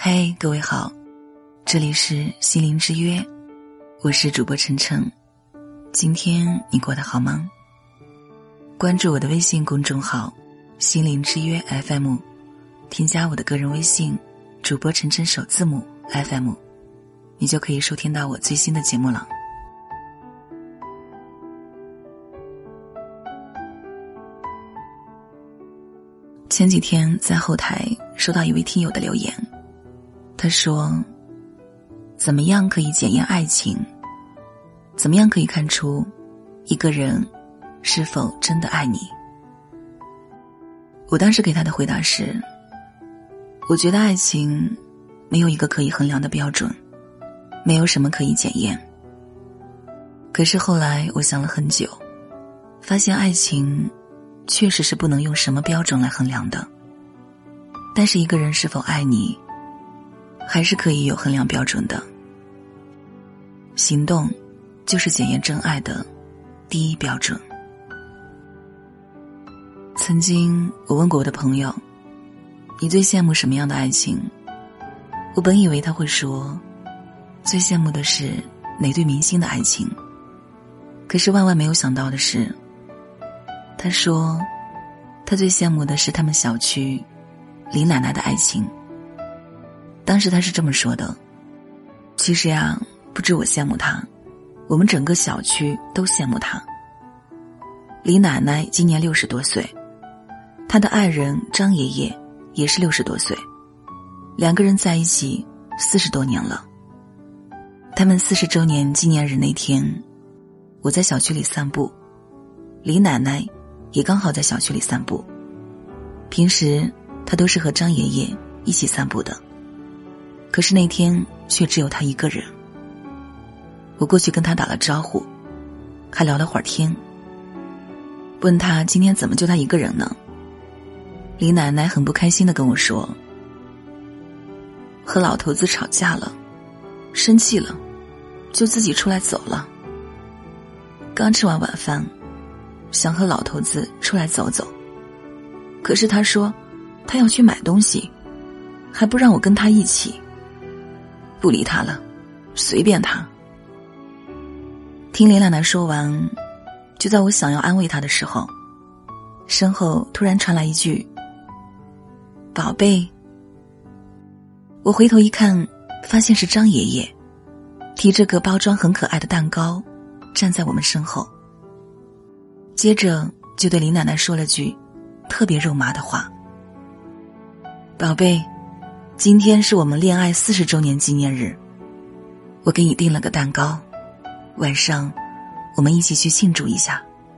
嘿，各位好，这里是心灵之约，我是主播晨晨。今天你过得好吗？关注我的微信公众号心灵之约 FM， 添加我的个人微信主播晨晨首字母 FM， 你就可以收听到我最新的节目了。前几天在后台收到一位听友的留言，他说，怎么样可以检验爱情？怎么样可以看出一个人是否真的爱你？我当时给他的回答是，我觉得爱情没有一个可以衡量的标准，没有什么可以检验。可是后来我想了很久，发现爱情确实是不能用什么标准来衡量的，但是一个人是否爱你还是可以有衡量标准的。行动就是检验真爱的第一标准。曾经我问过我的朋友，你最羡慕什么样的爱情？我本以为他会说，最羡慕的是哪对明星的爱情。可是万万没有想到的是，他说他最羡慕的是他们小区李奶奶的爱情。当时他是这么说的，其实呀，不止我羡慕他，我们整个小区都羡慕他。李奶奶今年60多岁，她的爱人张爷爷也是60多岁，两个人在一起40多年了。他们40周年纪念日那天，我在小区里散步，李奶奶也刚好在小区里散步。平时她都是和张爷爷一起散步的，可是那天却只有他一个人。我过去跟他打了招呼，还聊了会儿天，问他今天怎么就他一个人呢？李奶奶很不开心地跟我说，和老头子吵架了，生气了，就自己出来走了。刚吃完晚饭，想和老头子出来走走，可是他说他要去买东西，还不让我跟他一起。不理他了，随便他。听李奶奶说完，就在我想要安慰她的时候，身后突然传来一句，宝贝。我回头一看，发现是张爷爷提着个包装很可爱的蛋糕站在我们身后，接着就对李奶奶说了句特别肉麻的话，宝贝，今天是我们恋爱40周年纪念日，我给你订了个蛋糕，晚上我们一起去庆祝一下。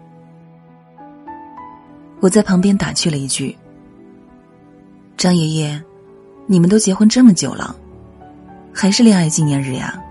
我在旁边打趣了一句，张爷爷，你们都结婚这么久了，还是恋爱纪念日呀？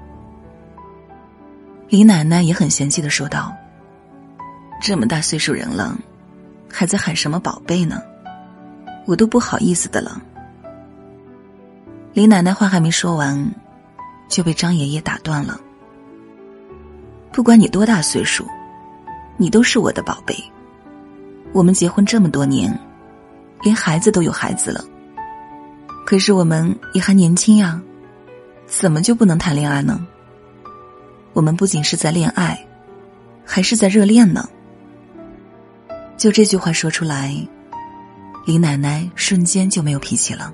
李奶奶也很嫌弃地说道，这么大岁数人了，还在喊什么宝贝呢？我都不好意思的了。李奶奶话还没说完，就被张爷爷打断了。不管你多大岁数，你都是我的宝贝。我们结婚这么多年，连孩子都有孩子了，可是我们也还年轻呀，怎么就不能谈恋爱呢？我们不仅是在恋爱，还是在热恋呢。就这句话说出来，李奶奶瞬间就没有脾气了。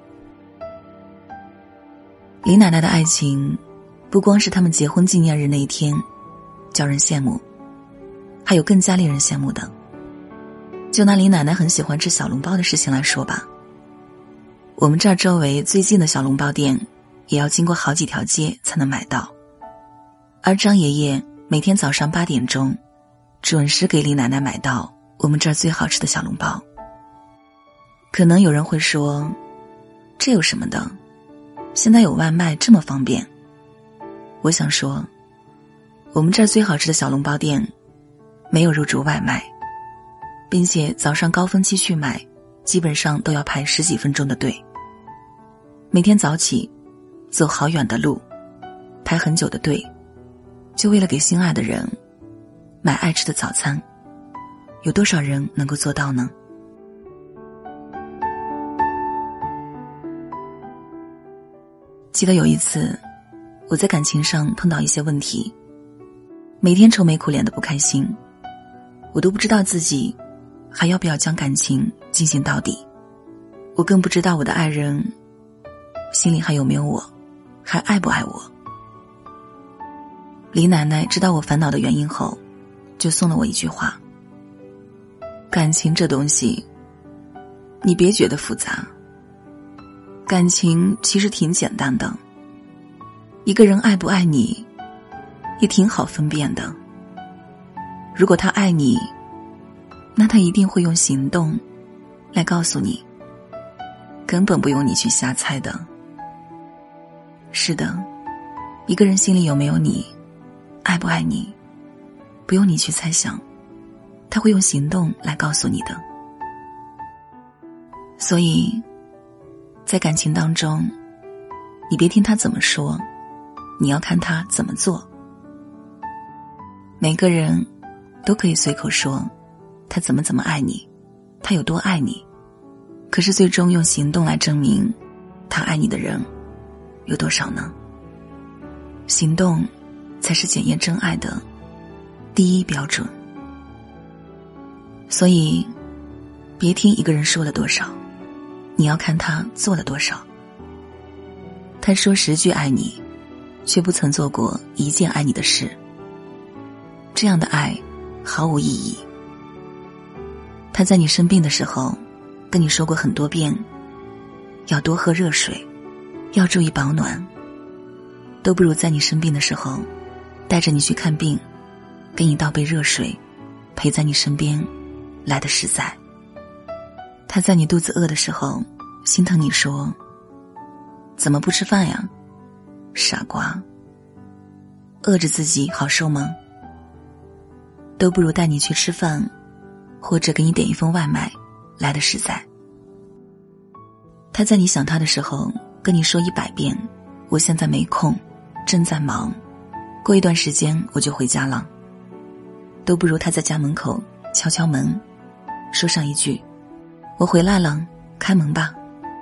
李奶奶的爱情不光是他们结婚纪念日那一天叫人羡慕，还有更加令人羡慕的。就拿李奶奶很喜欢吃小笼包的事情来说吧，我们这儿周围最近的小笼包店也要经过好几条街才能买到，而张爷爷每天早上8点钟准时给李奶奶买到我们这儿最好吃的小笼包。可能有人会说，这有什么的，现在有外卖这么方便。我想说，我们这儿最好吃的小笼包店没有入驻外卖，并且早上高峰期去买基本上都要排10几分钟的队，每天早起走好远的路，排很久的队，就为了给心爱的人买爱吃的早餐，有多少人能够做到呢？ 记得有一次，我在感情上碰到一些问题，每天愁眉苦脸的不开心，我都不知道自己还要不要将感情进行到底，我更不知道我的爱人心里还有没有我，还爱不爱我。李奶奶知道我烦恼的原因后，就送了我一句话：感情这东西，你别觉得复杂，感情其实挺简单的，一个人爱不爱你也挺好分辨的。如果他爱你，那他一定会用行动来告诉你，根本不用你去瞎猜的。是的，一个人心里有没有你，爱不爱你，不用你去猜想，他会用行动来告诉你的。所以在感情当中，你别听他怎么说，你要看他怎么做。每个人都可以随口说他怎么爱你，他有多爱你，可是最终用行动来证明他爱你的人有多少呢？行动才是检验真爱的第一标准。所以别听一个人说了多少，你要看他做了多少。他说10句爱你，却不曾做过1件爱你的事，这样的爱毫无意义。他在你生病的时候跟你说过很多遍，要多喝热水，要注意保暖，都不如在你生病的时候带着你去看病，给你倒杯热水，陪在你身边来得实在。他在你肚子饿的时候心疼你说，怎么不吃饭呀？傻瓜，饿着自己好受吗？都不如带你去吃饭，或者给你点一份外卖来得实在。他在你想他的时候跟你说100遍，我现在没空，正在忙，过一段时间我就回家了，都不如他在家门口敲敲门，说上一句，我回来了，开门吧。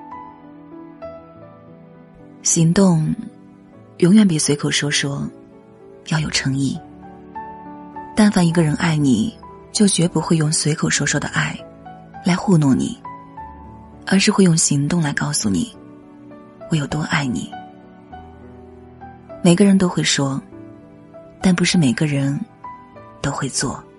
行动永远比随口说说要有诚意。但凡一个人爱你，就绝不会用随口说说的爱来糊弄你，而是会用行动来告诉你我有多爱你。每个人都会说，但不是每个人都会做。